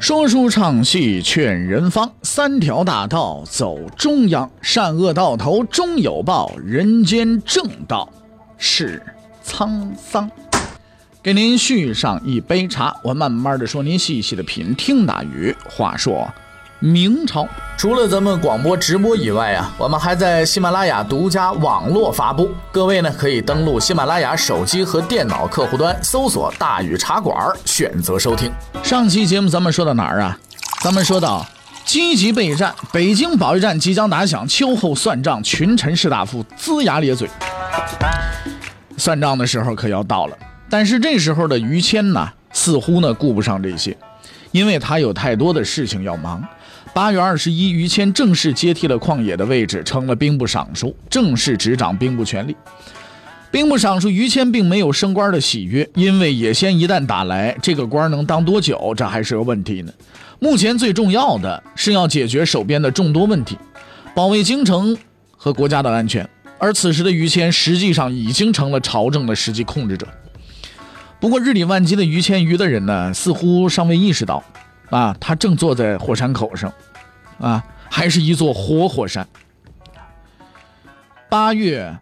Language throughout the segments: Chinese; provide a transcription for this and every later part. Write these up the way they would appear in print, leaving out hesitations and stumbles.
说书唱戏劝人方，三条大道走中央，善恶到头终有报，人间正道是沧桑。给您续上一杯茶，我慢慢的说，您细细的品。听大禹话说明朝，除了咱们广播直播以外啊，我们还在喜马拉雅独家网络发布。各位呢可以登录喜马拉雅手机和电脑客户端，搜索大禹茶馆，选择收听。上期节目咱们说到哪儿啊？咱们说到积极备战，北京保卫战即将打响，秋后算账，群臣士大夫龇牙咧嘴。算账的时候可要到了，但是这时候的于谦呢，似乎呢顾不上这些，因为他有太多的事情要忙。8月21，于谦正式接替了旷野的位置，成了兵部尚书，正式执掌兵部权力。兵部尚书于谦并没有升官的喜悦，因为野先一旦打来，这个官能当多久，这还是个问题呢。目前最重要的是要解决手边的众多问题，保卫京城和国家的安全。而此时的于谦实际上已经成了朝政的实际控制者。不过日理万机的于谦于的人呢，似乎尚未意识到啊，他正坐在火山口上啊，还是一座活火山。8月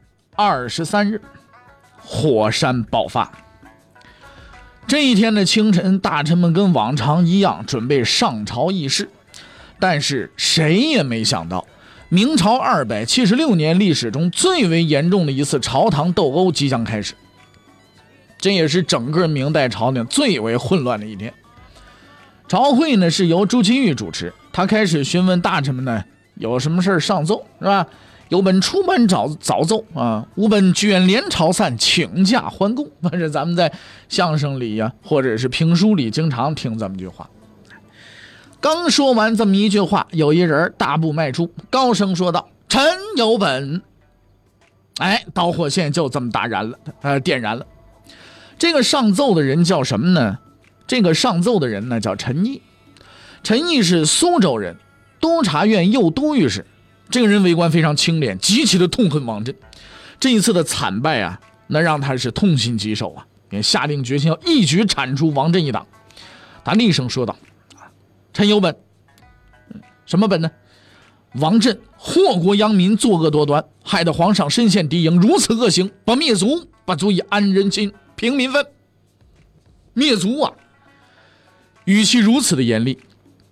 23日，火山爆发。这一天的清晨，大臣们跟往常一样准备上朝议事，但是谁也没想到，明朝276年历史中最为严重的一次朝堂斗殴即将开始。这也是整个明代朝廷最为混乱的一天。朝会呢是由朱祁钰主持，他开始询问大臣们呢有什么事上奏，是吧？有本出版早奏啊，无本卷帘朝散，请假还宫。反正咱们在相声里呀，或者是评书里经常听这么句话。刚说完这么一句话，有一人大步迈出，高声说道：“臣有本。”哎，导火线就这么点燃了。这个上奏的人叫什么呢？这个上奏的人呢叫陈毅。陈毅是苏州人，督察院右都御史。这个人为官非常清廉，极其的痛恨王振。这一次的惨败啊，那让他是痛心疾首啊，便下定决心要一举铲除王振一党。他厉声说道：“臣有本。什么本呢？王振祸国殃民，作恶多端，害得皇上身陷敌营，如此恶行，不灭族不足以安人心平民愤。灭族啊！”语气如此的严厉，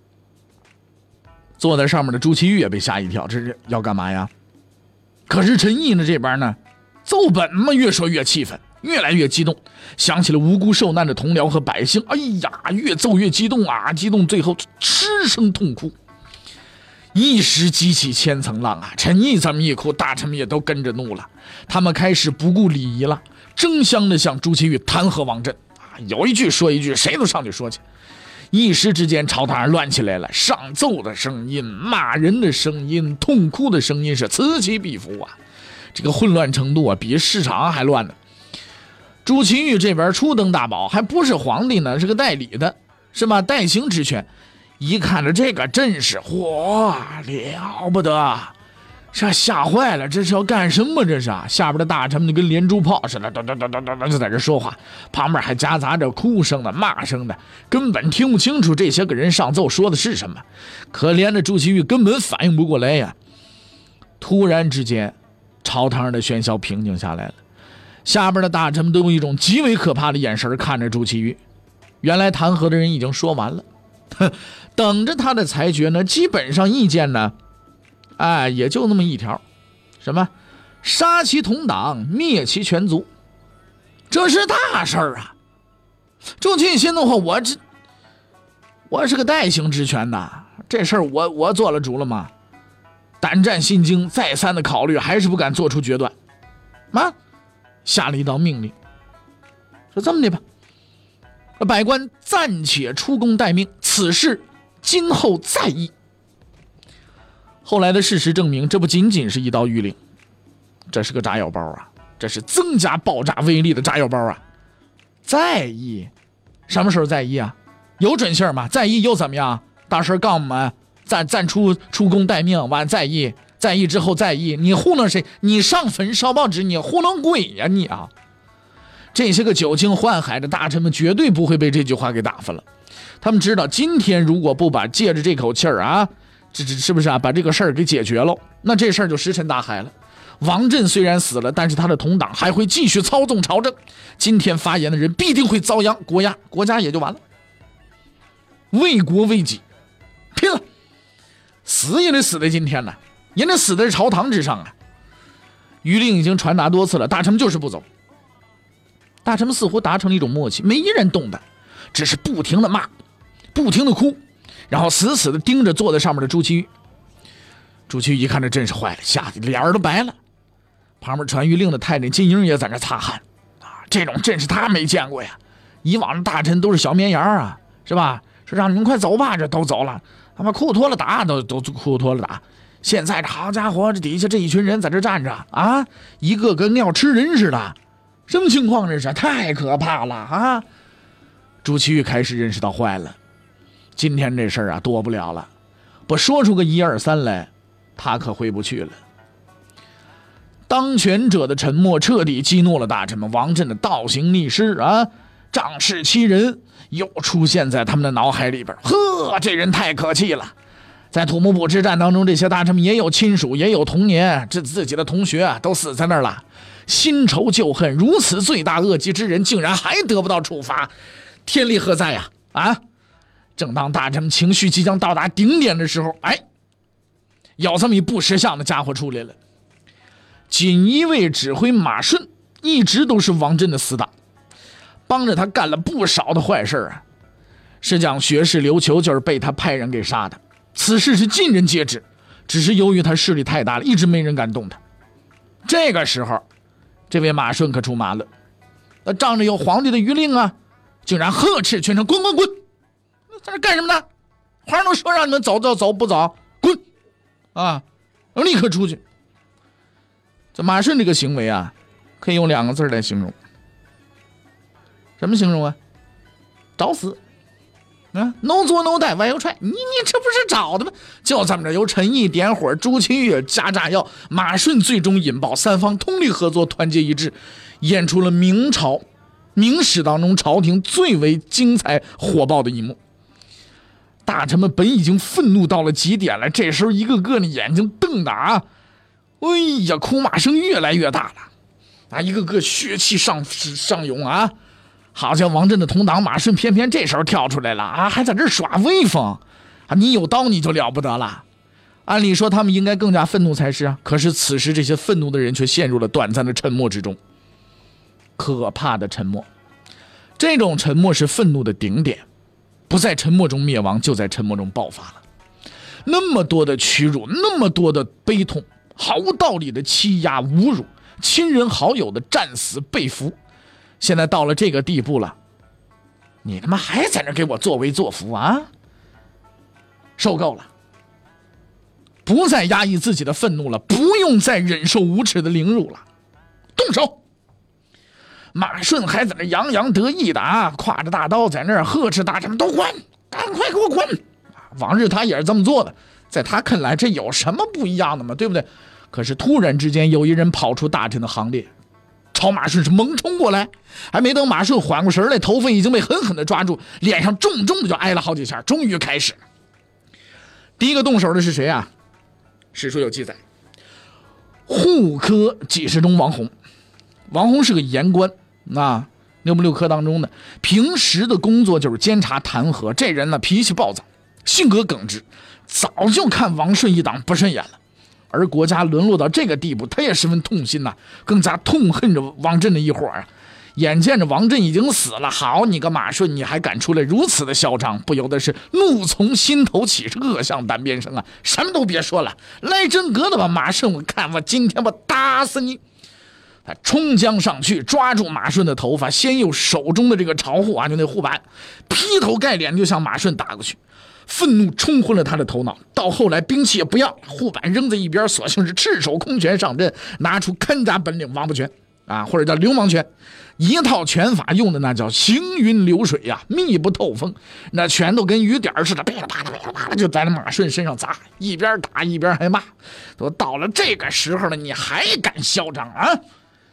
坐在上面的朱祁钰也被吓一跳，这是要干嘛呀？可是陈毅呢这边呢，奏本嘛，越说越气愤，越来越激动，想起了无辜受难的同僚和百姓，哎呀，越奏越激动啊，激动最后失声痛哭，一时激起千层浪啊！陈毅这么一哭，大臣们也都跟着怒了，他们开始不顾礼仪了，争相的向朱祁钰弹劾王振啊，有一句说一句，谁都上去说去。一时之间朝堂上乱起来了，上奏的声音、骂人的声音、痛哭的声音是此起彼伏啊！这个混乱程度啊，比市场还乱呢。朱祁钰这边初登大宝，还不是皇帝呢，是个代理的，是吧？代行职权。一看着这个阵势，哇，了不得！这吓坏了，这是要干什么？这是啊！下边的大臣们跟连珠炮似的，就在这说话，旁边还夹杂着哭声的、骂声的，根本听不清楚这些个人上奏说的是什么。可怜的朱祁钰根本反应不过来呀！突然之间，朝堂上的喧嚣平静下来了，下边的大臣们都用一种极为可怕的眼神看着朱祁钰。原来弹劾的人已经说完了，等着他的裁决呢。基本上意见呢，哎，也就那么一条，什么杀其同党，灭其全族，这是大事儿啊！朱祁钰心的话，我是个代行职权的，这事儿我做了主了吗？胆战心惊，再三的考虑，还是不敢做出决断，啊，下了一道命令，说这么的吧，百官暂且出宫待命，此事今后再议。后来的事实证明，这不仅仅是一道谕令，这是个炸药包啊！这是增加爆炸威力的炸药包啊！再议，什么时候再议啊？有准信吗？再议又怎么样？大师告我们，暂出宫待命，完再议，再议之后再议，你糊弄谁？你上坟烧报纸，你糊弄鬼呀你啊！ 这些个久经宦海的大臣们绝对不会被这句话给打发了。他们知道今天如果不把借着这口气儿啊，这是不是啊，把这个事儿给解决了，那这事儿就石沉大海了。王振虽然死了，但是他的同党还会继续操纵朝政。今天发言的人必定会遭殃，国家也就完了。为国为己，拼了！死也得死在今天呢，也得死在朝堂之上啊！谕令已经传达多次了，大臣们就是不走。大臣们似乎达成了一种默契，没一人动弹，只是不停的骂，不停的哭，然后死死的盯着坐在上面的朱祁钰。朱祁钰一看这真是坏了，吓得脸儿都白了。旁边传谕令的太监金英也在那擦汗啊，这种阵势他没见过呀。以往的大臣都是小绵羊啊，是吧？说让你们快走吧，这都走了，他妈裤脱了打，都裤脱了打。现在这好家伙，这底下这一群人在这站着啊，一个跟要吃人似的，什么情况这是？太可怕了啊！朱祁钰开始认识到坏了，今天这事儿啊躲不了了，不说出个1、2、3来，他可回不去了。当权者的沉默彻底激怒了大臣们，王振的倒行逆施啊，仗势欺人又出现在他们的脑海里边。呵，这人太可气了。在土木堡之战当中，这些大臣们也有亲属，也有童年，这自己的同学啊都死在那儿了，新仇旧恨，如此罪大恶极之人竟然还得不到处罚，天理何在呀？啊！正当大臣们情绪即将到达顶点的时候，有这么一不识相的家伙出来了。锦衣卫指挥马顺一直都是王振的死党，帮着他干了不少的坏事啊。是讲学士刘球就是被他派人给杀的，此事是尽人皆知，只是由于他势力太大了，一直没人敢动他。这个时候，这位马顺可出马了，他仗着有皇帝的谕令啊，竟然呵斥全城滚！在这干什么呢？皇上都说让你们走，不走，滚！啊，立刻出去。这马顺这个行为啊，可以用2个字来形容。什么形容啊？找死啊 ！No 作 No die， why you try？ 你这不是找的吗？就这么着，由陈毅点火，朱祁钰加炸药，马顺最终引爆，三方通力合作，团结一致，演出了明史当中朝廷最为精彩火爆的一幕。大臣们本已经愤怒到了极点了，这时候一个个的眼睛瞪的啊！哎呀，哭骂声越来越大了啊！一个个血气上涌啊！好像王振的同党马顺偏偏这时候跳出来了啊，还在这耍威风啊！你有刀你就了不得了。按理说他们应该更加愤怒才是啊，可是此时这些愤怒的人却陷入了短暂的沉默之中。可怕的沉默，这种沉默是愤怒的顶点，不在沉默中灭亡，就在沉默中爆发了。那么多的屈辱，那么多的悲痛，毫无道理的欺压侮辱，亲人好友的战死被俘，现在到了这个地步了，你他妈还在那给我作威作福啊！受够了，不再压抑自己的愤怒了，不用再忍受无耻的凌辱了，动手！马顺还在那洋洋得意的啊，挎着大刀在那儿呵斥大臣们都滚，赶快给我滚！往日他也是这么做的，在他看来这有什么不一样的吗？对不对？可是突然之间有一人跑出大臣的行列，朝马顺是猛冲过来，还没等马顺缓过神来，头发已经被狠狠的抓住，脸上重重的就挨了好几下。终于开始，第一个动手的是谁啊？史书有记载，户科给事中王弘。王弘是个言官啊，6不6科当中的，平时的工作就是监察弹劾。这人呢脾气暴躁，性格耿直，早就看王顺一党不顺眼了。而国家沦落到这个地步，他也十分痛心呐，更加痛恨着王振的一伙啊。眼见着王振已经死了，好你个马顺，你还敢出来如此的嚣张，不由得是怒从心头起，是恶向胆边生啊！什么都别说了，来真格的吧，马顺，我看我今天我打死你！他冲将上去，抓住马顺的头发，先用手中的这个朝护啊，就那护板，劈头盖脸就向马顺打过去。愤怒冲昏了他的头脑，到后来兵器也不要，护板扔在一边，索性是赤手空拳上阵，拿出看家本领王八拳啊，或者叫流氓拳，一套拳法用的那叫行云流水呀，密不透风，那拳头跟雨点似的，噼里啪啦噼里啪啦就在那马顺身上砸，一边打一边还骂，都到了这个时候了，你还敢嚣张啊？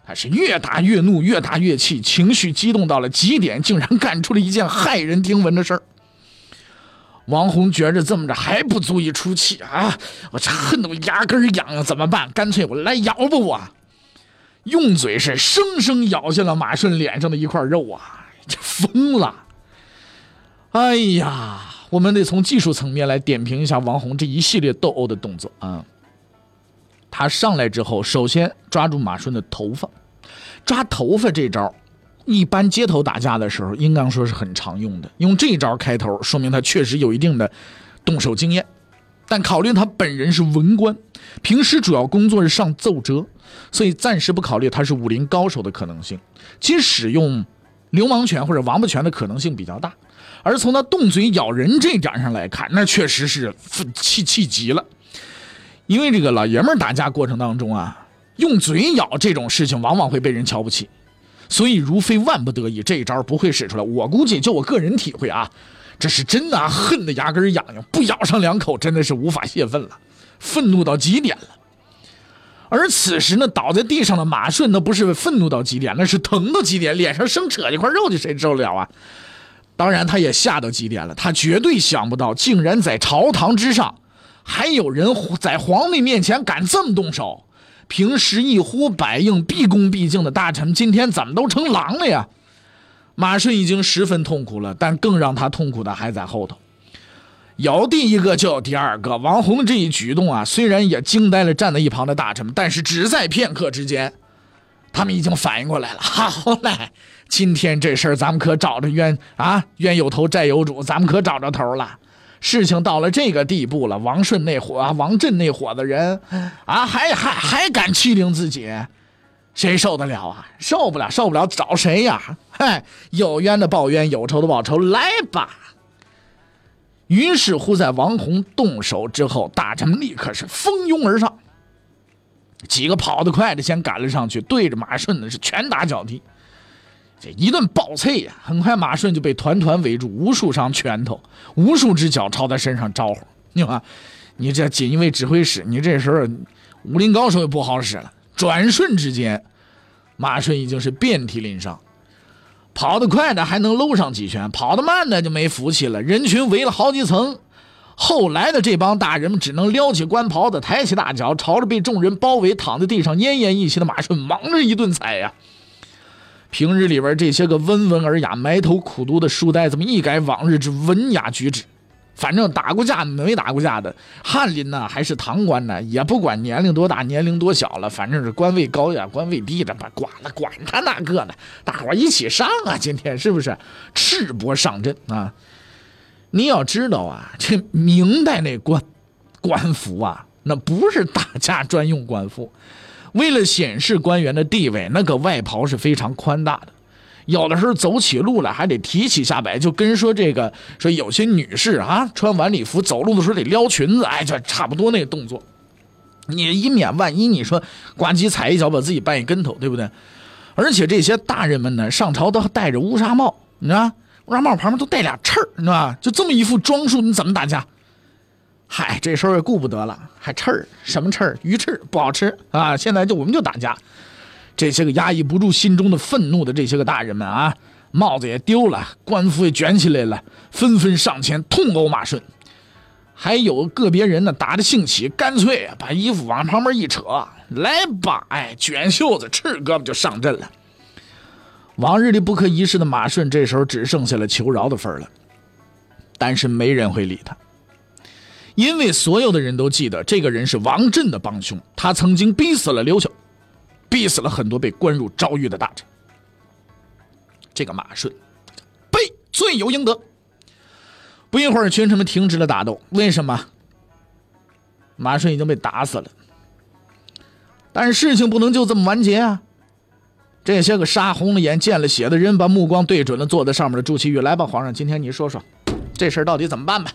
他是越打越怒，越打越气，情绪激动到了极点，竟然干出了一件骇人听闻的事儿。王红觉着这么着还不足以出气啊，我这恨得我牙根痒痒，怎么办？干脆我来咬吧我！用嘴是生生咬下了马顺脸上的一块肉啊，这疯了！哎呀，我们得从技术层面来点评一下王红这一系列斗殴的动作啊。他上来之后，首先抓住马顺的头发，抓头发这招一般街头打架的时候应该说是很常用的，用这招开头说明他确实有一定的动手经验。但考虑他本人是文官，平时主要工作是上奏折，所以暂时不考虑他是武林高手的可能性，其使用流氓拳或者王八拳的可能性比较大。而从他动嘴咬人这点上来看，那确实是气极了。因为这个老爷们打架过程当中啊，用嘴咬这种事情往往会被人瞧不起，所以如非万不得已，这一招不会使出来。我估计就我个人体会啊，这是真的恨得牙根痒痒，不咬上两口真的是无法泄愤了，愤怒到极点了。而此时呢，倒在地上的马顺那不是愤怒到极点，那是疼到极点，脸上生扯一块肉，就谁受得了啊？当然他也吓到极点了，他绝对想不到竟然在朝堂之上还有人在皇帝面前敢这么动手。平时一呼百应毕恭毕敬的大臣，今天怎么都成狼了呀？马顺已经十分痛苦了，但更让他痛苦的还在后头。有第一个就有第二个，王红的这一举动啊，虽然也惊呆了站在一旁的大臣们，但是只在片刻之间，他们已经反应过来了。好嘞，今天这事儿咱们可找着冤有头债有主，咱们可找着头了。事情到了这个地步了，王震那伙子人啊，还敢欺凌自己，谁受得了啊？受不了找谁呀？嗨，有冤的报冤，有仇的报仇，来吧！于是乎，在王红动手之后，大臣们立刻是蜂拥而上，几个跑得快的先赶了上去，对着马顺的是拳打脚踢。这一顿暴啐呀，很快马顺就被团团围住，无数双拳头，无数只脚朝他身上招呼。你看，你这锦衣卫指挥使，你这时候武林高手也不好使了。转瞬之间，马顺已经是遍体鳞伤，跑得快的还能搂上几拳，跑得慢的就没福气了。人群围了好几层，后来的这帮大人们只能撩起官袍子，抬起大脚，朝着被众人包围躺在地上奄奄一息的马顺忙着一顿踩呀。平日里边这些个温文尔雅埋头苦读的书呆子们一改往日之文雅举止，反正打过架没打过架的翰林呢还是堂官呢，也不管年龄多大年龄多小了，反正是官位高呀官位低的，管他那个呢，大伙一起上啊！今天是不是赤膊上阵啊？你要知道啊，这明代那官服啊，那不是打架专用官服。为了显示官员的地位，那个外袍是非常宽大的，有的时候走起路来还得提起下摆，就跟说有些女士啊，穿晚礼服走路的时候得撩裙子，就差不多那个动作。你以免万一你说呱唧踩一脚把自己绊一跟头，对不对？而且这些大人们呢，上朝都戴着乌纱帽，你知道，乌纱帽旁边都带俩翅儿，你知道吧？就这么一副装束，你怎么打架？嗨，这时候也顾不得了，还翅儿，什么翅儿？鱼翅不好吃啊！现在我们就打架。这些个压抑不住心中的愤怒的这些个大人们啊，帽子也丢了，官服也卷起来了，纷纷上前痛殴马顺。还有个别人呢，打着兴起，干脆把衣服往旁边一扯，来吧！卷袖子，赤胳膊就上阵了。往日里不可一世的马顺，这时候只剩下了求饶的份了。但是没人会理他。因为所有的人都记得这个人是王震的帮凶，他曾经逼死了刘秀，逼死了很多被关入诏狱的大臣。这个马顺被罪有应得。不一会儿，群臣们停止了打斗。为什么？马顺已经被打死了。但是事情不能就这么完结啊！这些个杀红了眼、见了血的人，把目光对准了坐在上面的朱祁钰。来吧，皇上，今天你说说，这事儿到底怎么办吧？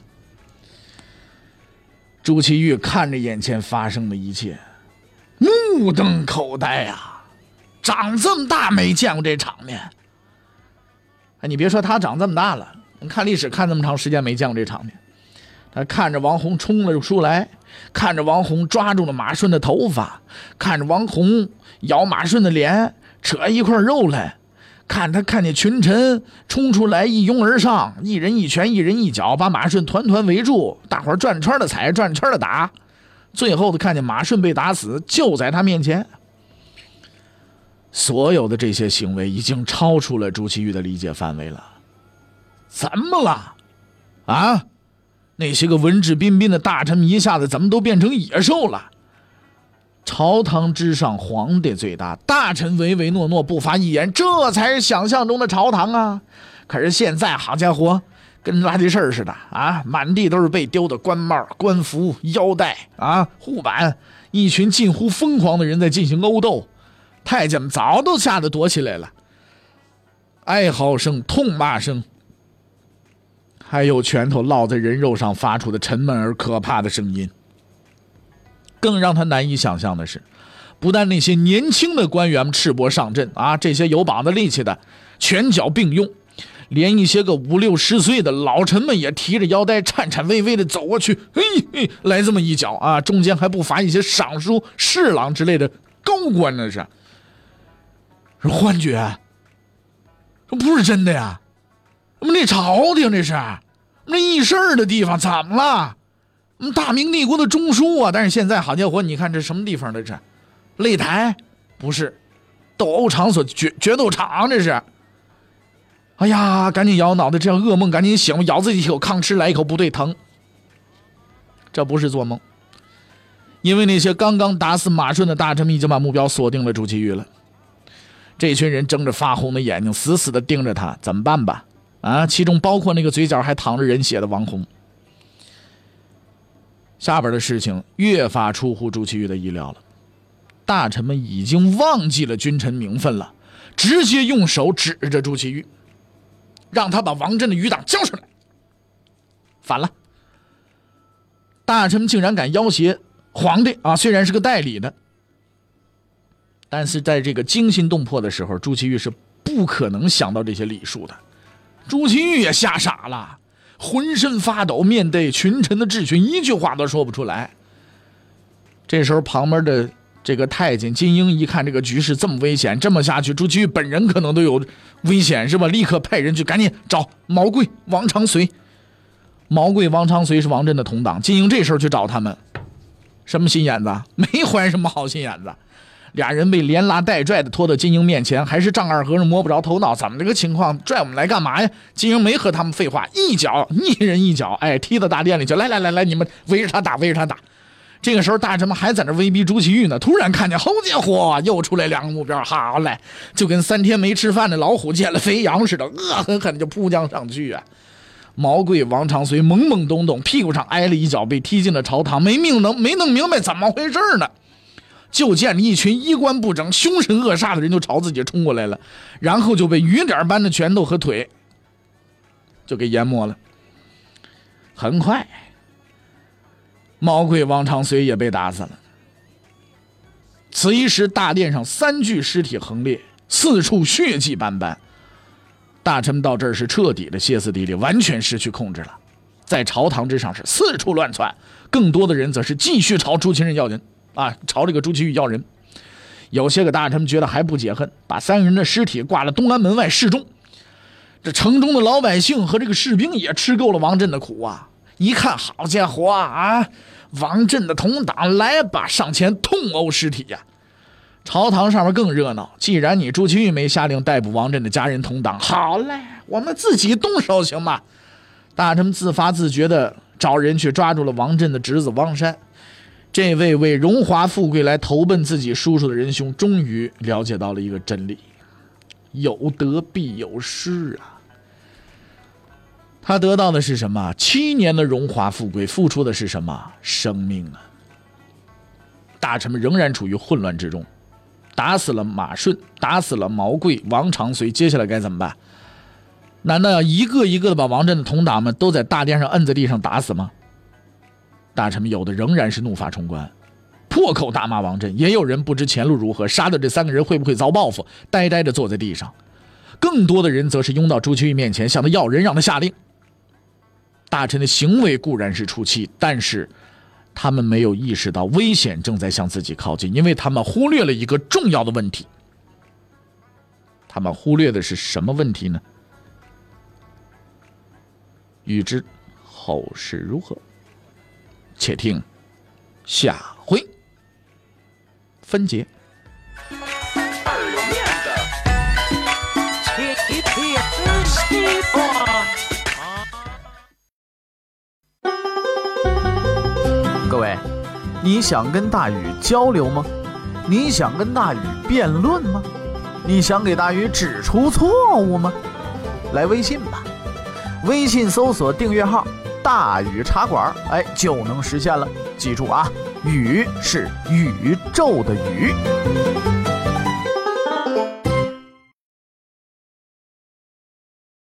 朱祁钰看着眼前发生的一切，目瞪口呆啊！长这么大没见过这场面。你别说他长这么大了，你看历史看这么长时间没见过这场面。他看着王弘冲了出来，看着王弘抓住了马顺的头发，看着王弘咬马顺的脸， 扯一块肉来，看见群臣冲出来，一拥而上，一人一拳，一人一脚，把马顺团团围住，大伙儿转圈的踩，转圈的打，最后看见马顺被打死，就在他面前。所有的这些行为已经超出了朱祁钰的理解范围了。怎么了？啊？那些个文质彬彬的大臣一下子怎么都变成野兽了？朝堂之上，皇帝最大，大臣唯唯诺诺，不发一言，这才是想象中的朝堂啊！可是现在，好家伙，跟垃圾事儿似的啊！满地都是被丢的官帽、官服、腰带啊、护板，一群近乎疯狂的人在进行殴斗。太监们早都吓得躲起来了，哀嚎声、痛骂声，还有拳头落在人肉上发出的沉闷而可怕的声音。更让他难以想象的是，不但那些年轻的官员们赤膊上阵啊，这些有膀子力气的拳脚并用，连一些个5、60岁的老臣们也提着腰带颤颤巍巍的走过去，嘿，来这么一脚啊，中间还不乏一些尚书、侍郎之类的高官呢，是幻觉，这不是真的呀！我们这朝廷这是，那议事的地方怎么了？我们大明帝国的中枢啊！但是现在好家伙，你看这什么地方？这是擂台？不是，斗殴场所、决斗场这是。哎呀，赶紧摇脑袋，这样噩梦赶紧醒，咬自己一口糠吃，来一口不对疼。这不是做梦，因为那些刚刚打死马顺的大臣们已经把目标锁定了朱祁钰了。这群人睁着发红的眼睛，死死地盯着他，怎么办吧？啊，其中包括那个嘴角还淌着人血的王弘。下边的事情越发出乎朱祁钰的意料了，大臣们已经忘记了君臣名分了，直接用手指着朱祁钰，让他把王振的余党交出来。反了，大臣们竟然敢要挟皇帝啊！虽然是个代理的，但是在这个惊心动魄的时候，朱祁钰是不可能想到这些礼数的。朱祁钰也吓傻了，浑身发抖，面对群臣的质询，一句话都说不出来。这时候旁边的这个太监金英一看这个局势这么危险，这么下去朱祁钰本人可能都有危险，是吧？立刻派人去赶紧找毛贵、王长随。毛贵、王长随是王振的同党，金英这时候去找他们，什么心眼子？没怀什么好心眼子。俩人被连拉带拽的拖到金英面前，还是丈二和尚摸不着头脑，怎么这个情况？拽我们来干嘛呀？金英没和他们废话，一人一脚，哎，踢到大殿里去，来，你们围着他打，围着他打。这个时候大臣们还在那威逼朱祁钰呢，突然看见，好家伙，又出来2个目标，好嘞，就跟3天没吃饭的老虎见了肥羊似的，恶狠狠就扑将上去啊！毛贵、王长随懵懵懂懂，屁股上挨了一脚，被踢进了朝堂，没弄明白怎么回事呢。就见了一群衣冠不整、凶神恶煞的人就朝自己冲过来了，然后就被雨点般的拳头和腿就给淹没了。很快，毛贵、王长随也被打死了。此一时，大殿上3具尸体横列，四处血迹斑斑。大臣们到这儿是彻底的歇斯底里，完全失去控制了，在朝堂之上是四处乱窜，更多的人则是继续朝朱祁钰要人啊，朝这个朱祁钰要人。有些个大臣们觉得还不解恨，把3个人的尸体挂了东安门外示众。这城中的老百姓和这个士兵也吃够了王振的苦啊！一看，好家伙啊，王振的同党来吧，上前痛殴尸体呀！朝堂上面更热闹，既然你朱祁钰没下令逮捕王振的家人同党，好嘞，我们自己动手行吗？大臣们自发自觉的找人去抓住了王振的侄子王山。这位为荣华富贵来投奔自己叔叔的仁兄，终于了解到了一个真理：有得必有失啊！他得到的是什么？7年的荣华富贵，付出的是什么？生命啊！大臣们仍然处于混乱之中，打死了马顺，打死了毛贵、王长随，接下来该怎么办？难道要一个一个的把王振的同党们都在大殿上摁在地上打死吗？大臣们有的仍然是怒发冲冠，破口大骂王振，也有人不知前路如何，杀的这3个人会不会遭报复，呆呆地坐在地上。更多的人则是拥到朱祁钰面前，向他要人，让他下令。大臣的行为固然是出气，但是他们没有意识到危险正在向自己靠近，因为他们忽略了一个重要的问题： 他们忽略的是什么问题呢？欲知后事如何，且听下回分解。 各位，你想跟大禹交流吗？你想跟大禹辩论吗？你想给大禹指出错误吗？来微信吧，微信搜索订阅号大禹茶馆，就能实现了。记住啊，禹是宇宙的宇。